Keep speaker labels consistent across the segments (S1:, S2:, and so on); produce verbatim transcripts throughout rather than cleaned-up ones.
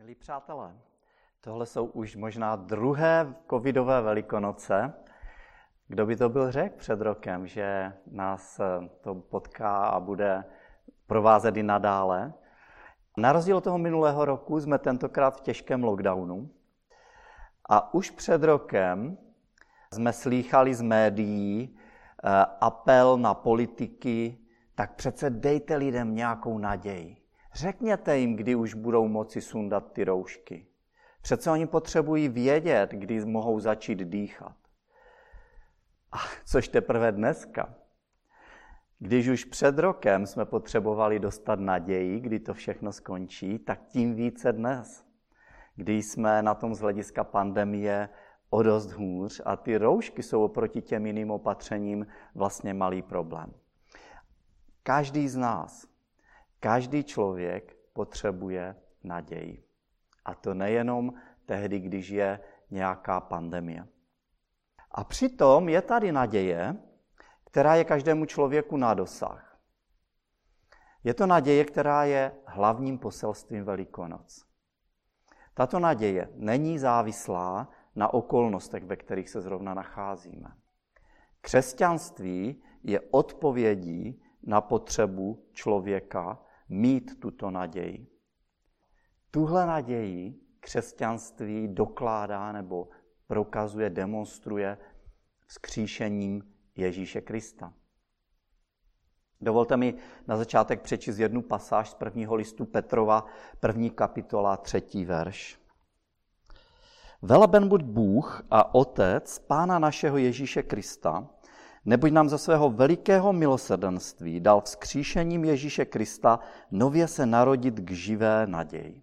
S1: Milí přátelé, tohle jsou už možná druhé covidové Velikonoce. Kdo by to byl řekl před rokem, že nás to potká a bude provázet i nadále. Na rozdíl od toho minulého roku jsme tentokrát v těžkém lockdownu. A už před rokem jsme slýchali z médií apel na politiky, tak přece dejte lidem nějakou naději. Řekněte jim, kdy už budou moci sundat ty roušky. Přece oni potřebují vědět, kdy mohou začít dýchat. A což teprve dneska. Když už před rokem jsme potřebovali dostat naději, kdy to všechno skončí, tak tím více dnes, kdy jsme na tom z hlediska pandemie o dost hůř a ty roušky jsou oproti těm jiným opatřením vlastně malý problém. Každý z nás, každý člověk potřebuje naději. A to nejenom tehdy, když je nějaká pandemie. A přitom je tady naděje, která je každému člověku na dosah. Je to naděje, která je hlavním poselstvím Velikonoc. Tato naděje není závislá na okolnostech, ve kterých se zrovna nacházíme. Křesťanství je odpovědí na potřebu člověka mít tuto naději. Tuhle naději křesťanství dokládá nebo prokazuje, demonstruje vzkříšením Ježíše Krista. Dovolte mi na začátek přečíst jednu pasáž z prvního listu Petrova, první kapitola, třetí verš. Veleben buď Bůh a Otec Pána našeho Ježíše Krista, neboť nám za svého velikého milosrdenství dal vzkříšením Ježíše Krista nově se narodit k živé naději.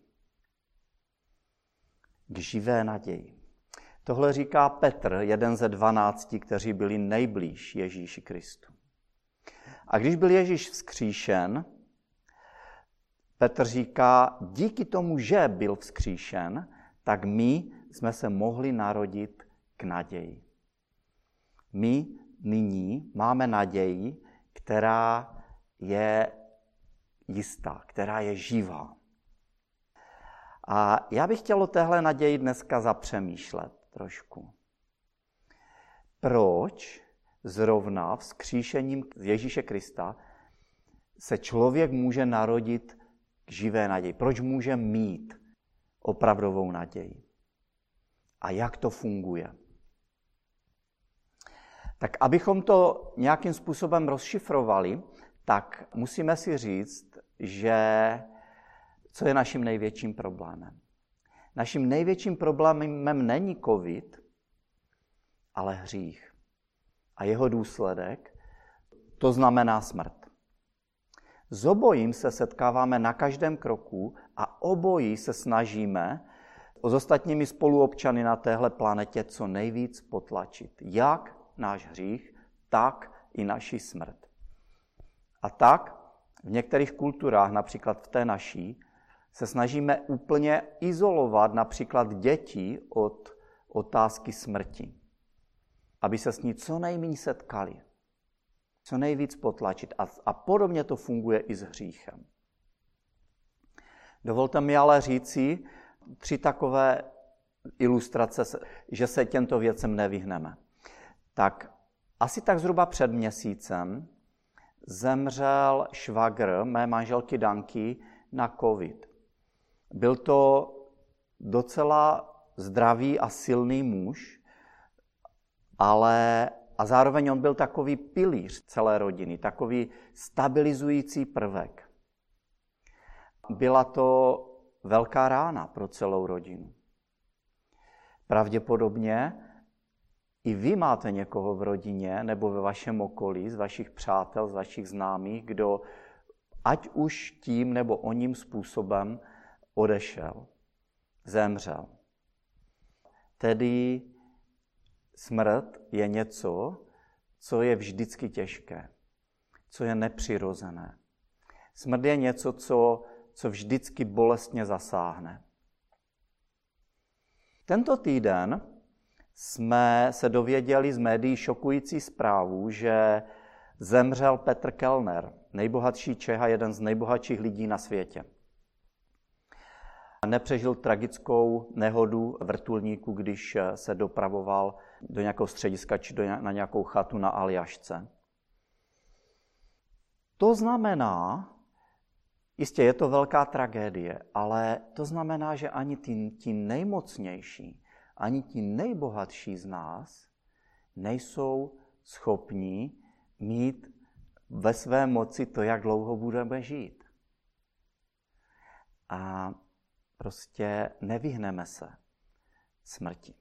S1: K živé naději. Tohle říká Petr, jeden ze dvanácti, kteří byli nejblíž Ježíši Kristu. A když byl Ježíš vzkříšen, Petr říká, díky tomu, že byl vzkříšen, tak my jsme se mohli narodit k naději. My nyní máme naději, která je jistá, která je živá. A já bych chtěl o téhle naději dneska zapřemýšlet trošku. Proč zrovna vzkříšením Ježíše Krista se člověk může narodit k živé naději? Proč může mít opravdovou naději? A jak to funguje? Tak abychom to nějakým způsobem rozšifrovali, tak musíme si říct, že co je naším největším problémem. Naším největším problémem není covid, ale hřích. A jeho důsledek, to znamená smrt. S obojím se setkáváme na každém kroku a obojí se snažíme s ostatními spoluobčany na téhle planetě co nejvíc potlačit. Jak náš hřích, tak i naši smrt. A tak v některých kulturách, například v té naší, se snažíme úplně izolovat například děti od otázky smrti, aby se s ní co nejméně setkali, co nejvíc potlačit. A, a podobně to funguje i s hříchem. Dovolte mi ale říci tři takové ilustrace, že se těmto věcem nevyhneme. Tak asi tak zhruba před měsícem zemřel švagr mé manželky Danky na covid. Byl to docela zdravý a silný muž, ale a zároveň on byl takový pilíř celé rodiny, takový stabilizující prvek. Byla to velká rána pro celou rodinu. Pravděpodobně i vy máte někoho v rodině nebo ve vašem okolí, z vašich přátel, z vašich známých, kdo ať už tím nebo oním způsobem odešel, zemřel. Tedy smrt je něco, co je vždycky těžké, co je nepřirozené. Smrt je něco, co, co vždycky bolestně zasáhne. Tento týden jsme se dověděli z médií šokující zprávu, že zemřel Petr Kellner, nejbohatší Čech a jeden z nejbohatších lidí na světě. nepřežil tragickou nehodu vrtulníku, když se dopravoval do nějakého střediska či do, na nějakou chatu na Aljašce. To znamená, jistě je to velká tragédie, ale to znamená, že ani ti, ti nejmocnější, ani ti nejbohatší z nás nejsou schopní mít ve své moci to, jak dlouho budeme žít. A prostě nevyhneme se smrti.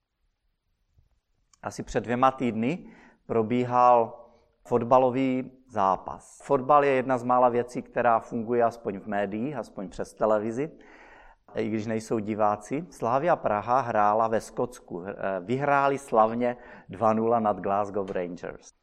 S1: Asi před dvěma týdny probíhal fotbalový zápas. Fotbal je jedna z mála věcí, která funguje aspoň v médiích, aspoň přes televizi, i když nejsou diváci. Slavia Praha hrála ve Skotsku. Vyhráli slavně dva nula nad Glasgow Rangers.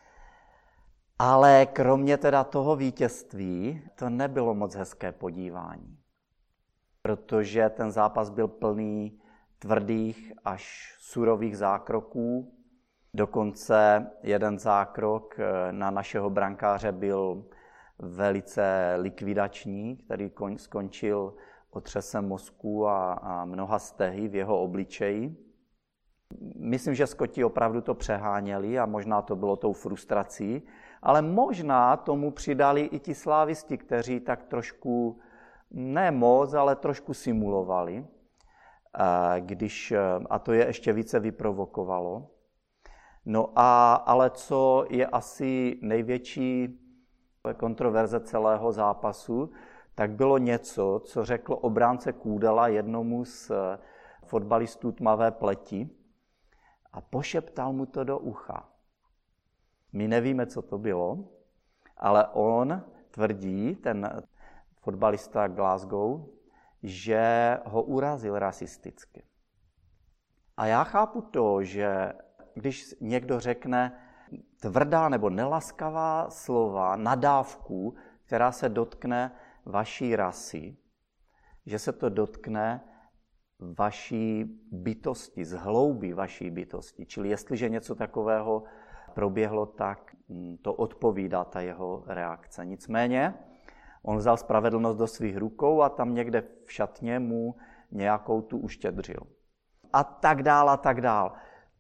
S1: Ale kromě teda toho vítězství, to nebylo moc hezké podívání. Protože ten zápas byl plný tvrdých až surových zákroků. Dokonce jeden zákrok na našeho brankáře byl velice likvidační, který skončil otřesem mozku a, a mnoha stehy v jeho obličeji. Myslím, že Skoti opravdu to přeháněli a možná to bylo tou frustrací, ale možná tomu přidali i ti slávisti, kteří tak trošku, ne moc, ale trošku simulovali, když, a to je ještě více vyprovokovalo. No a, ale co je asi největší kontroverze celého zápasu, tak bylo něco, co řekl obránce Kůdela jednomu z fotbalistů tmavé pleti a pošeptal mu to do ucha. My nevíme, co to bylo, ale on tvrdí, ten fotbalista Glasgow, že ho urazil rasisticky. A já chápu to, že když někdo řekne tvrdá nebo nelaskavá slova, nadávku, která se dotkne vaší rasy, že se to dotkne vaší bytosti, z hloubi vaší bytosti. Čili jestliže něco takového proběhlo, tak to odpovídá ta jeho reakce. Nicméně on vzal spravedlnost do svých rukou a tam někde v šatně mu nějakou tu uštědřil. A tak dál a tak dál.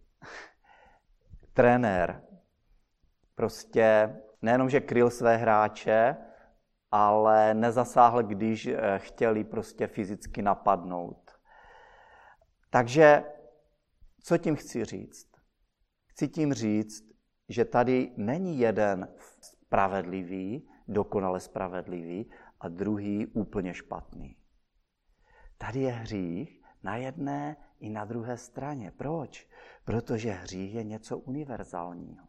S1: Trenér prostě nejenom, že kryl své hráče, ale nezasáhl, když chtěli prostě fyzicky napadnout. Takže co tím chci říct? Chci tím říct, že tady není jeden spravedlivý, dokonale spravedlivý a druhý úplně špatný. Tady je hřích na jedné i na druhé straně. Proč? Protože hřích je něco univerzálního.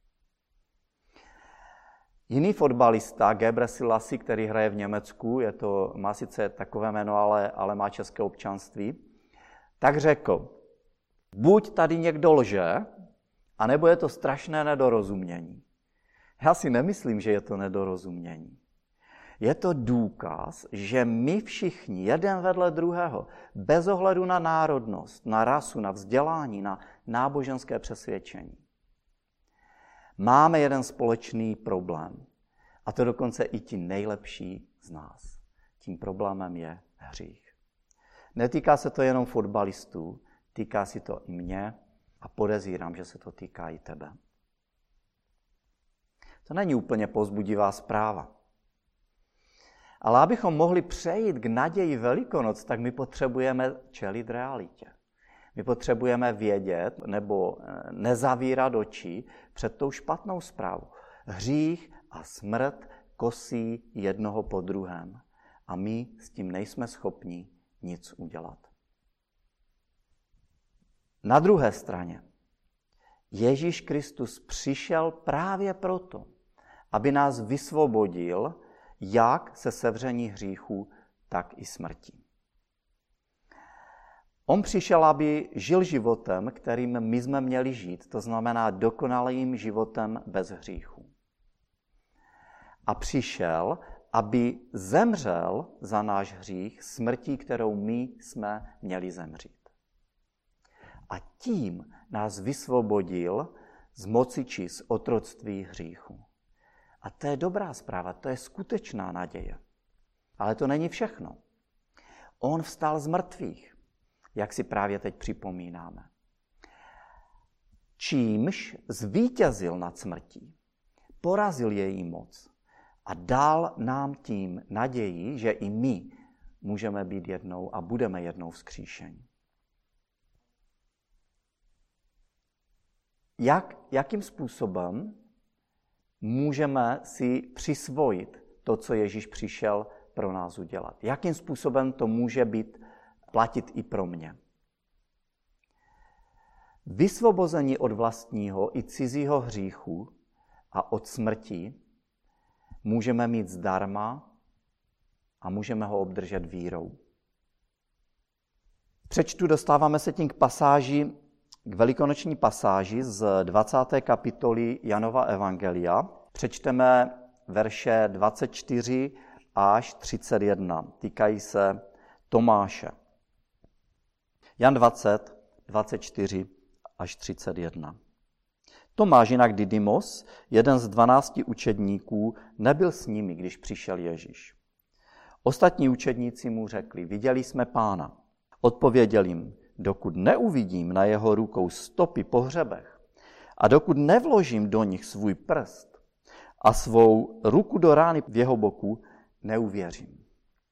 S1: Jiný fotbalista, Gebre Selassie, který hraje v Německu, je to, má sice takové jméno, ale, ale má české občanství, tak řekl, buď tady někdo lže, anebo je to strašné nedorozumění. Já si nemyslím, že je to nedorozumění. Je to důkaz, že my všichni, jeden vedle druhého, bez ohledu na národnost, na rasu, na vzdělání, na náboženské přesvědčení, máme jeden společný problém. A to dokonce i ti nejlepší z nás. Tím problémem je hřích. Netýká se to jenom fotbalistů, týká si to i mě a podezírám, že se to týká i tebe. To není úplně povzbudivá zpráva. Ale abychom mohli přejít k naději Velikonoc, tak my potřebujeme čelit realitě. My potřebujeme vědět nebo nezavírat oči před tou špatnou zprávou. Hřích a smrt kosí jednoho po druhém. A my s tím nejsme schopni nic udělat. Na druhé straně, Ježíš Kristus přišel právě proto, aby nás vysvobodil jak se sevření hříchu, tak i smrti. On přišel, aby žil životem, kterým my jsme měli žít, to znamená dokonalým životem bez hříchu. A přišel, aby zemřel za náš hřích smrtí, kterou my jsme měli zemřít. A tím nás vysvobodil z moci či z otroctví hříchu. A to je dobrá zpráva, to je skutečná naděje. Ale to není všechno. On vstal z mrtvých, jak si právě teď připomínáme. Čímž zvítězil nad smrtí, porazil její moc a dal nám tím naději, že i my můžeme být jednou a budeme jednou vzkříšeni. Jak, jakým způsobem můžeme si přisvojit to, co Ježíš přišel pro nás udělat? Jakým způsobem to může být platit i pro mě? Vysvobození od vlastního i cizího hříchu a od smrti můžeme mít zdarma a můžeme ho obdržet vírou. Přečtu, dostáváme se tím k pasáži, k velikonoční pasáži z dvacáté kapitoly Janova evangelia. Přečteme verše dvacet čtyři až třicet jedna. Týkají se Tomáše. Jan dvacet, dvacet čtyři až třicet jedna. Tomáš, jinak Didymos, jeden z dvanácti učedníků, nebyl s nimi, když přišel Ježíš. Ostatní učedníci mu řekli, viděli jsme Pána. Odpověděl jim, dokud neuvidím na jeho rukou stopy po hřebech a dokud nevložím do nich svůj prst a svou ruku do rány v jeho boku, neuvěřím.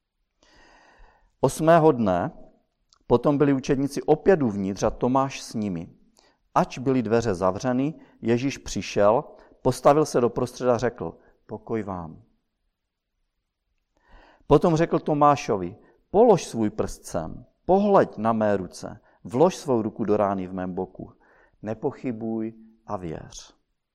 S1: Osmého dne potom byli učedníci opět uvnitř a Tomáš s nimi. Ač byly dveře zavřeny, Ježíš přišel, postavil se doprostřed a řekl, pokoj vám. Potom řekl Tomášovi, polož svůj prst sem, pohleď na mé ruce, vlož svou ruku do rány v mém boku. Nepochybuj a věř.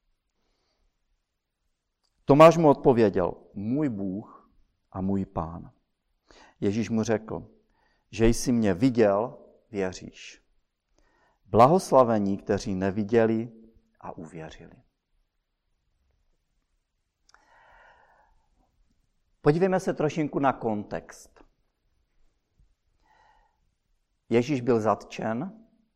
S1: Tomáš mu odpověděl, můj Bůh a můj Pán. Ježíš mu řekl, že jsi mě viděl, věříš. Blahoslavení, kteří neviděli a uvěřili. Podívejme se trošinku na kontext. Ježíš byl zatčen.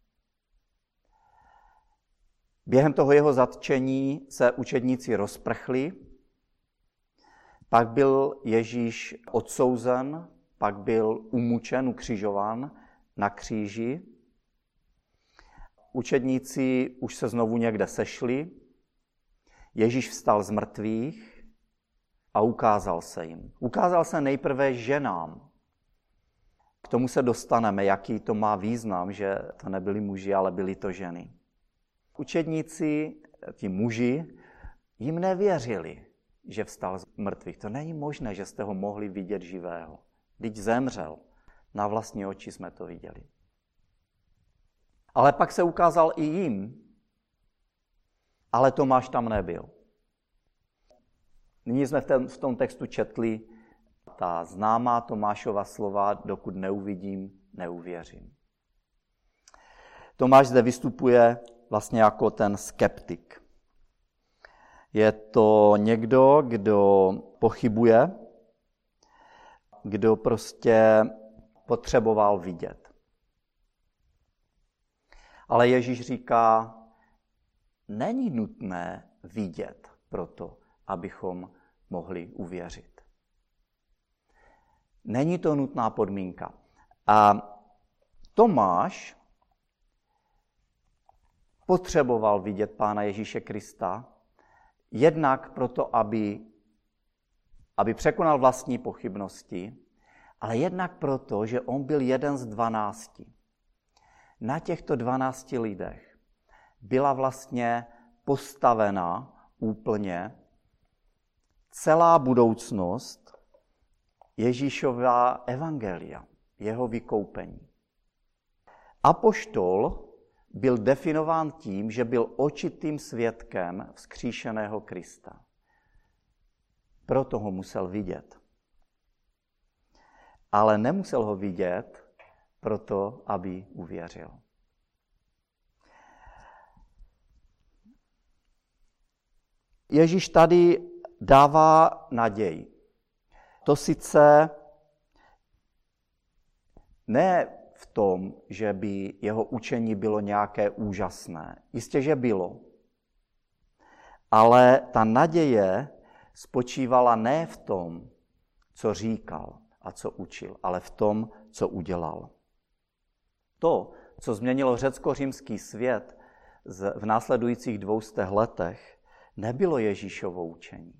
S1: Během toho jeho zatčení se učedníci rozprchli. Pak byl Ježíš odsouzen, pak byl umučen, ukřižován na kříži. Učedníci už se znovu někde sešli. Ježíš vstal z mrtvých a ukázal se jim. Ukázal se nejprve ženám. K tomu se dostaneme, jaký to má význam, že to nebyli muži, ale byly to ženy. Učedníci, ti muži, jim nevěřili, že vstal z mrtvých. To není možné, že jste ho mohli vidět živého. Vždyť zemřel. Na vlastní oči jsme to viděli. Ale pak se ukázal i jim, ale Tomáš tam nebyl. Nyní jsme v, ten, v tom textu četli ta známá Tomášova slova, dokud neuvidím, neuvěřím. Tomáš zde vystupuje vlastně jako ten skeptik. Je to někdo, kdo pochybuje, kdo prostě potřeboval vidět. Ale Ježíš říká, není nutné vidět proto, abychom mohli uvěřit. Není to nutná podmínka. A Tomáš potřeboval vidět Pána Ježíše Krista, jednak proto, aby, aby překonal vlastní pochybnosti, ale jednak proto, že on byl jeden z dvanácti. Na těchto dvanácti lidech byla vlastně postavena úplně celá budoucnost Ježíšova evangelia, jeho vykoupení. Apoštol byl definován tím, že byl očitým svědkem vzkříšeného Krista. Proto ho musel vidět. Ale nemusel ho vidět proto, aby uvěřil. Ježíš tady dává naději. To sice ne v tom, že by jeho učení bylo nějaké úžasné. Jistě, že bylo. Ale ta naděje spočívala ne v tom, co říkal, a co učil, ale v tom, co udělal. To, co změnilo řecko-římský svět v následujících dvoustech letech, nebylo Ježíšovo učení.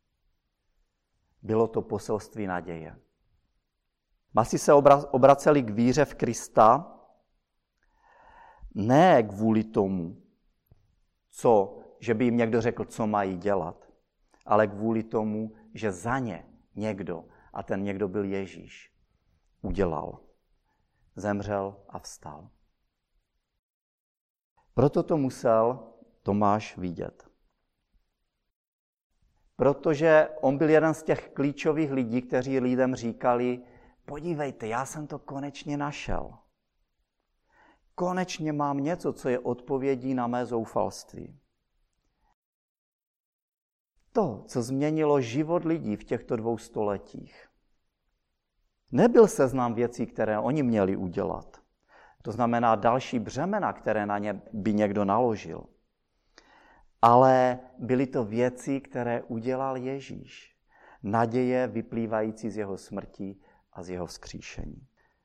S1: Bylo to poselství naděje. Masi se obraceli k víře v Krista ne kvůli tomu, co, že by jim někdo řekl, co mají dělat, ale kvůli tomu, že za ně někdo, a ten někdo byl Ježíš, udělal. Zemřel a vstal. Proto to musel Tomáš vidět. Protože on byl jeden z těch klíčových lidí, kteří lidem říkali, podívejte, já jsem to konečně našel. Konečně mám něco, co je odpovědí na mé zoufalství. To, co změnilo život lidí v těchto dvou stoletích, nebyl seznam věcí, které oni měli udělat. To znamená další břemena, které na ně by někdo naložil. Ale byly to věci, které udělal Ježíš. Naděje vyplývající z jeho smrti a z jeho vzkříšení.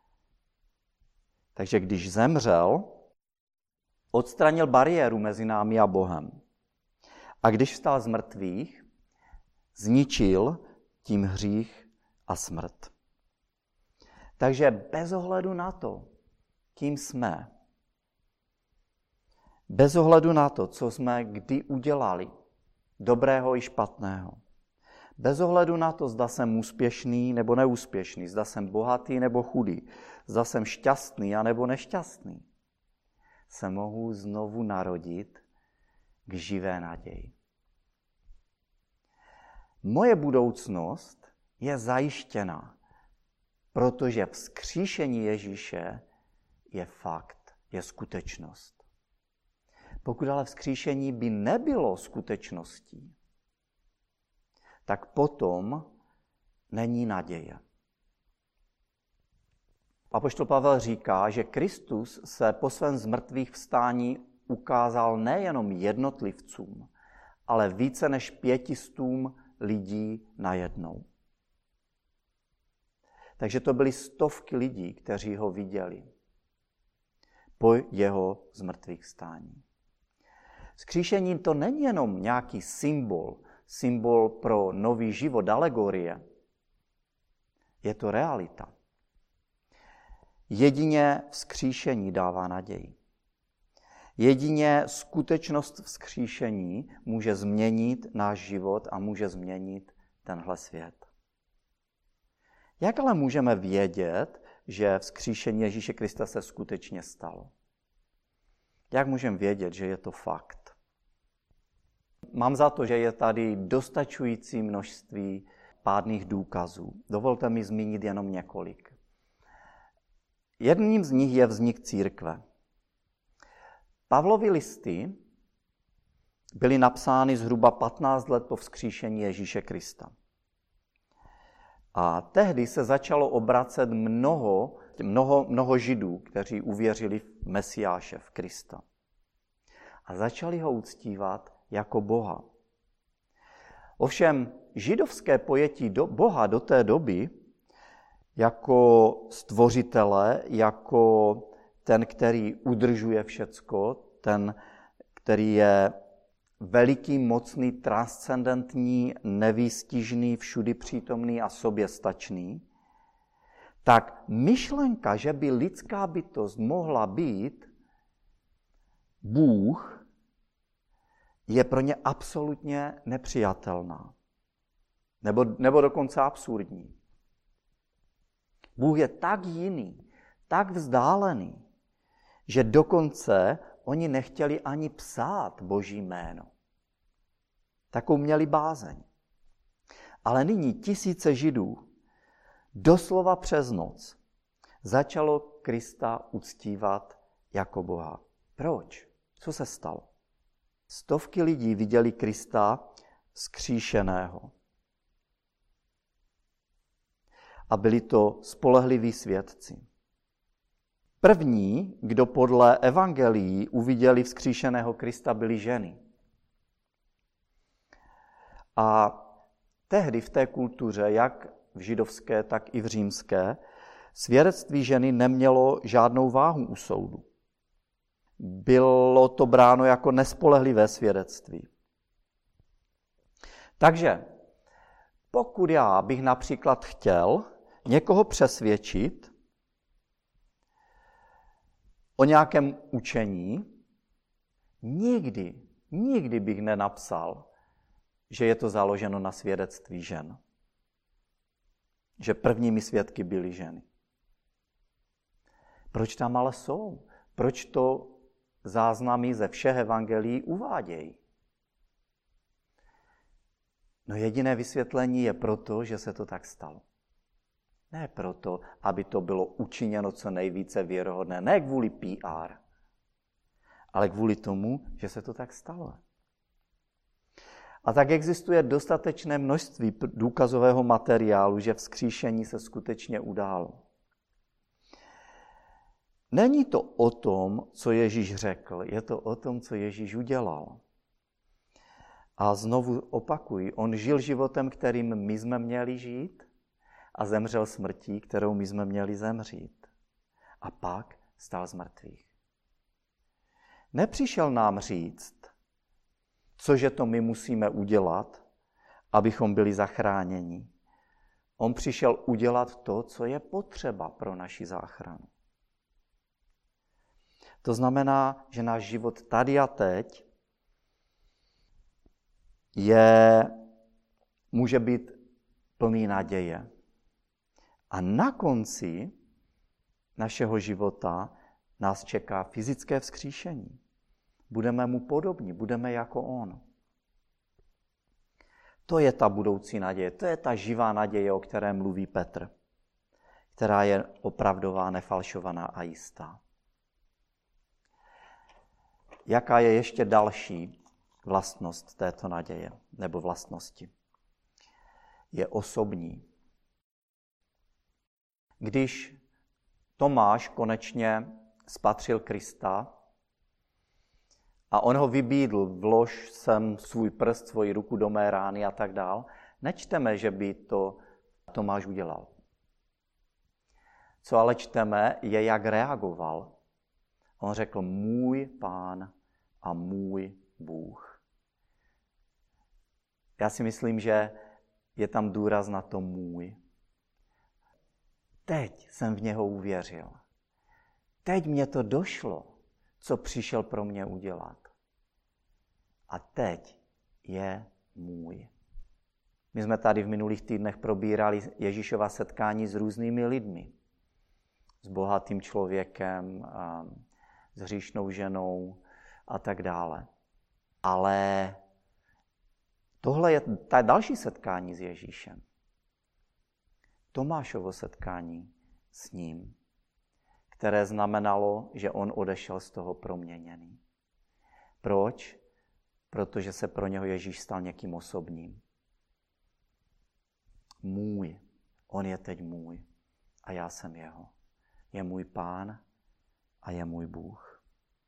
S1: Takže když zemřel, odstranil bariéru mezi námi a Bohem. A když vstal z mrtvých, zničil tím hřích a smrt. Takže bez ohledu na to, kým jsme, bez ohledu na to, co jsme kdy udělali, dobrého i špatného, bez ohledu na to, zda jsem úspěšný nebo neúspěšný, zda jsem bohatý nebo chudý, zda jsem šťastný a nebo nešťastný, se mohu znovu narodit k živé naději. Moje budoucnost je zajištěna, protože vzkříšení Ježíše je fakt, je skutečnost. Pokud ale vzkříšení by nebylo skutečností, tak potom není naděje. Apoštol Pavel říká, že Kristus se po svém zmrtvých vstání ukázal nejenom jednotlivcům, ale více než pětistům lidí najednou. Takže to byly stovky lidí, kteří ho viděli po jeho zmrtvých vstání. Vzkříšení to není jenom nějaký symbol, symbol pro nový život, alegorie. Je to realita. Jedině vzkříšení dává naději. Jedině skutečnost vzkříšení může změnit náš život a může změnit tenhle svět. Jak ale můžeme vědět, že vzkříšení Ježíše Krista se skutečně stalo? Jak můžeme vědět, že je to fakt? Mám za to, že je tady dostačující množství pádných důkazů. Dovolte mi zmínit jenom několik. Jedním z nich je vznik církve. Pavlovy listy byly napsány zhruba patnáct let po vzkříšení Ježíše Krista. A tehdy se začalo obracet mnoho, mnoho, mnoho Židů, kteří uvěřili v Mesiáše, v Krista. A začali ho uctívat jako Boha. Ovšem židovské pojetí do, Boha do té doby jako stvořitele, jako ten, který udržuje všecko, ten, který je veliký, mocný, transcendentní, nevýstižný, všudy přítomný a soběstačný, tak myšlenka, že by lidská bytost mohla být Bůh, je pro ně absolutně nepřijatelná. Nebo, nebo dokonce absurdní. Bůh je tak jiný, tak vzdálený, že dokonce oni nechtěli ani psát Boží jméno. Takovou měli bázeň. Ale nyní tisíce Židů doslova přes noc začalo Krista uctívat jako Boha. Proč? Co se stalo? Stovky lidí viděli Krista vzkříšeného. A byli to spolehliví svědci. První, kdo podle evangelií uviděli vzkříšeného Krista, byly ženy. A tehdy v té kultuře, jak v židovské, tak i v římské, svědectví ženy nemělo žádnou váhu u soudu. Bylo to bráno jako nespolehlivé svědectví. Takže pokud já bych například chtěl někoho přesvědčit o nějakém učení, nikdy, nikdy bych nenapsal, že je to založeno na svědectví žen. Že prvními svědky byly ženy. Proč tam ale jsou? Proč to záznamy ze všech evangelií uvádějí? No jediné vysvětlení je proto, že se to tak stalo. Ne proto, aby to bylo učiněno co nejvíce věrohodné, ne kvůli P R, ale kvůli tomu, že se to tak stalo. A tak existuje dostatečné množství důkazového materiálu, že vzkříšení se skutečně událo. Není to o tom, co Ježíš řekl, je to o tom, co Ježíš udělal. A znovu opakuji, on žil životem, kterým my jsme měli žít a zemřel smrtí, kterou my jsme měli zemřít. A pak stal z mrtvých. Nepřišel nám říct, cože to my musíme udělat, abychom byli zachráněni. On přišel udělat to, co je potřeba pro naši záchranu. To znamená, že náš život tady a teď je, může být plný naděje. A na konci našeho života nás čeká fyzické vzkříšení. Budeme mu podobní, budeme jako on. To je ta budoucí naděje, to je ta živá naděje, o které mluví Petr, která je opravdová, nefalšovaná a jistá. Jaká je ještě další vlastnost této naděje, nebo vlastnosti? Je osobní. Když Tomáš konečně spatřil Krista a on ho vybídl, vlož sem svůj prst, svoji ruku do mé rány a tak dál, nečteme, že by to Tomáš udělal. Co ale čteme, je, jak reagoval. On řekl, můj Pán a můj Bůh. Já si myslím, že je tam důraz na to můj. Teď jsem v něho uvěřil. Teď mě to došlo, co přišel pro mě udělat. A teď je můj. My jsme tady v minulých týdnech probírali Ježíšova setkání s různými lidmi. S bohatým člověkem, s hříšnou ženou a tak dále. Ale tohle je ta další setkání s Ježíšem. Tomášovo setkání s ním, které znamenalo, že on odešel z toho proměněný. Proč? Protože se pro něho Ježíš stal někým osobním. Můj. On je teď můj. A já jsem jeho. Je můj Pán a je můj Bůh.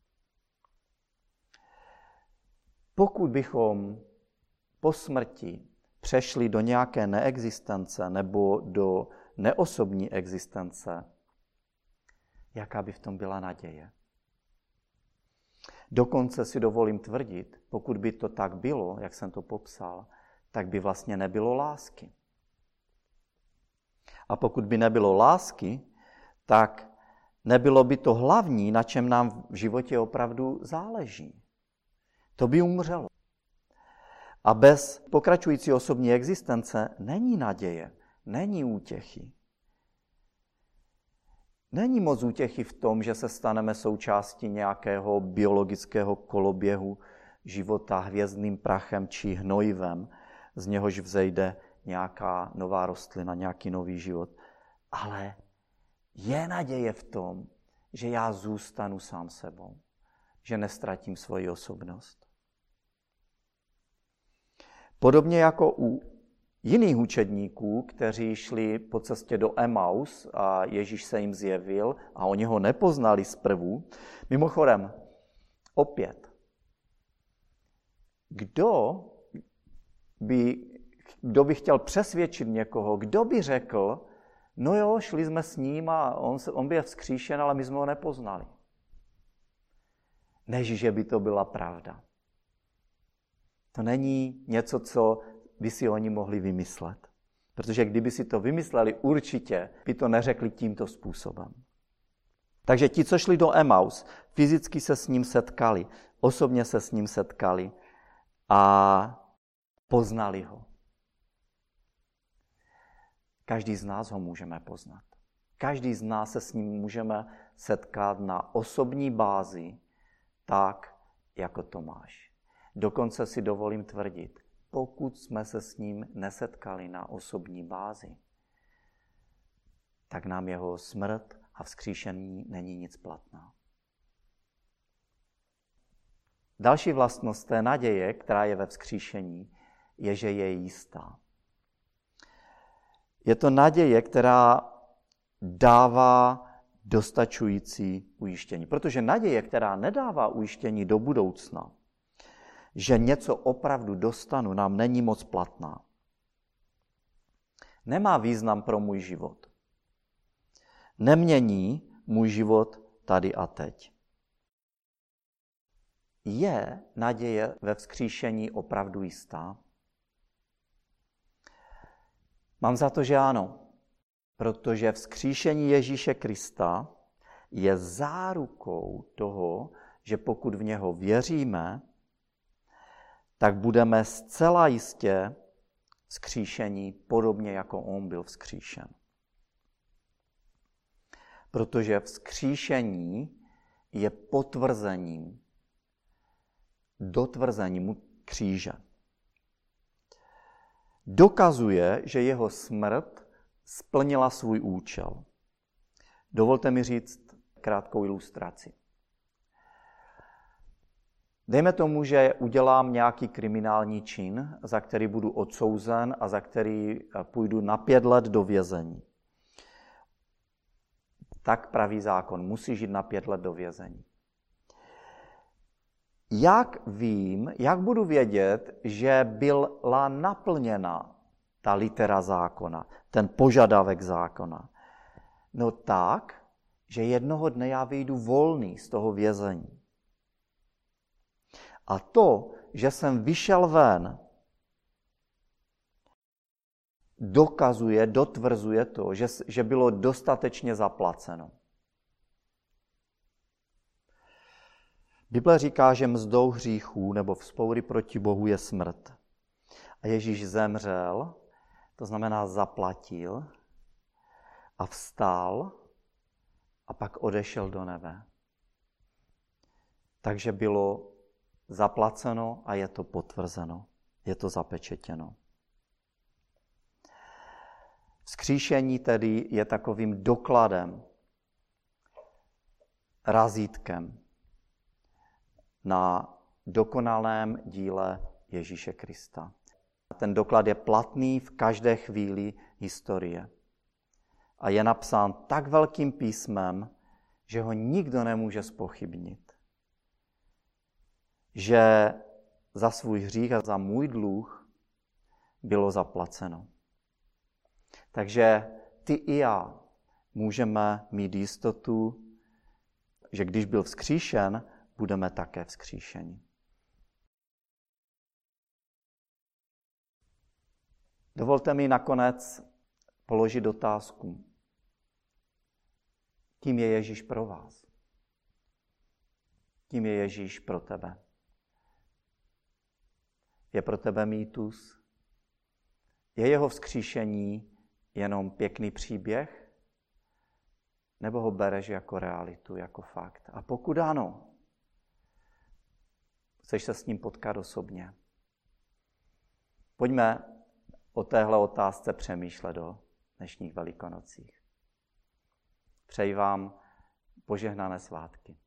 S1: Pokud bychom po smrti přešli do nějaké neexistence nebo do neosobní existence, jaká by v tom byla naděje? Dokonce si dovolím tvrdit, pokud by to tak bylo, jak jsem to popsal, tak by vlastně nebylo lásky. A pokud by nebylo lásky, tak nebylo by to hlavní, na čem nám v životě opravdu záleží. To by umřelo. A bez pokračující osobní existence není naděje, není útěchy. Není moc útěchy v tom, že se staneme součástí nějakého biologického koloběhu života hvězdným prachem či hnojivem, z něhož vzejde nějaká nová rostlina, nějaký nový život. Ale je naděje v tom, že já zůstanu sám sebou, že nestratím svoji osobnost. Podobně jako u jiných učedníků, kteří šli po cestě do Emaus a Ježíš se jim zjevil a oni ho nepoznali zprvu. Mimochodem, opět, kdo by kdo by chtěl přesvědčit někoho, kdo by řekl, no jo, šli jsme s ním a on, se, on by je vzkříšen, ale my jsme ho nepoznali. Než že by to byla pravda. To není něco, co by si oni mohli vymyslet. Protože kdyby si to vymysleli, určitě by to neřekli tímto způsobem. Takže ti, co šli do Emaus, fyzicky se s ním setkali, osobně se s ním setkali a poznali ho. Každý z nás ho můžeme poznat. Každý z nás se s ním můžeme setkat na osobní bázi, tak, jako Tomáš. Dokonce si dovolím tvrdit, pokud jsme se s ním nesetkali na osobní bázi, tak nám jeho smrt a vzkříšení není nic platná. Další vlastnost té naděje, která je ve vzkříšení, je, že je jistá. Je to naděje, která dává dostačující ujištění. Protože naděje, která nedává ujištění do budoucna, že něco opravdu dostanu, nám není moc platná. Nemá význam pro můj život. Nemění můj život tady a teď. Je naděje ve vzkříšení opravdu jistá? Mám za to, že ano, protože vzkříšení Ježíše Krista je zárukou toho, že pokud v něho věříme, tak budeme zcela jistě vzkříšení podobně, jako on byl vzkříšen. Protože vzkříšení je potvrzením, dotvrzením kříže. Dokazuje, že jeho smrt splnila svůj účel. Dovolte mi říct krátkou ilustraci. Dejme tomu, že udělám nějaký kriminální čin, za který budu odsouzen a za který půjdu na pět let do vězení. Tak praví zákon, musí žít na pět let do vězení. Jak vím, jak budu vědět, že byla naplněna ta litera zákona, ten požadavek zákona? No tak, že jednoho dne já vyjdu volný z toho vězení. A to, že jsem vyšel ven, dokazuje, dotvrzuje to, že, že bylo dostatečně zaplaceno. Bible říká, že mzdou hříchů nebo vzpoury proti Bohu je smrt. A Ježíš zemřel, to znamená zaplatil a vstal a pak odešel do nebe. Takže bylo zaplaceno a je to potvrzeno, je to zapečetěno. Vzkříšení tedy je takovým dokladem, razítkem na dokonalém díle Ježíše Krista. Ten doklad je platný v každé chvíli historie. A je napsán tak velkým písmem, že ho nikdo nemůže zpochybnit. Že za svůj hřích a za můj dluh bylo zaplaceno. Takže ty i já můžeme mít jistotu, že když byl vzkříšen, budeme také vzkříšeni. Dovolte mi nakonec položit otázku. Kým je Ježíš pro vás? Kým je Ježíš pro tebe? Je pro tebe mýtus? Je jeho vzkříšení jenom pěkný příběh? Nebo ho bereš jako realitu, jako fakt? A pokud ano, chceš se s ním potkat osobně? Pojďme o téhle otázce přemýšlet o dnešních Velikonocích. Přeji vám požehnané svátky.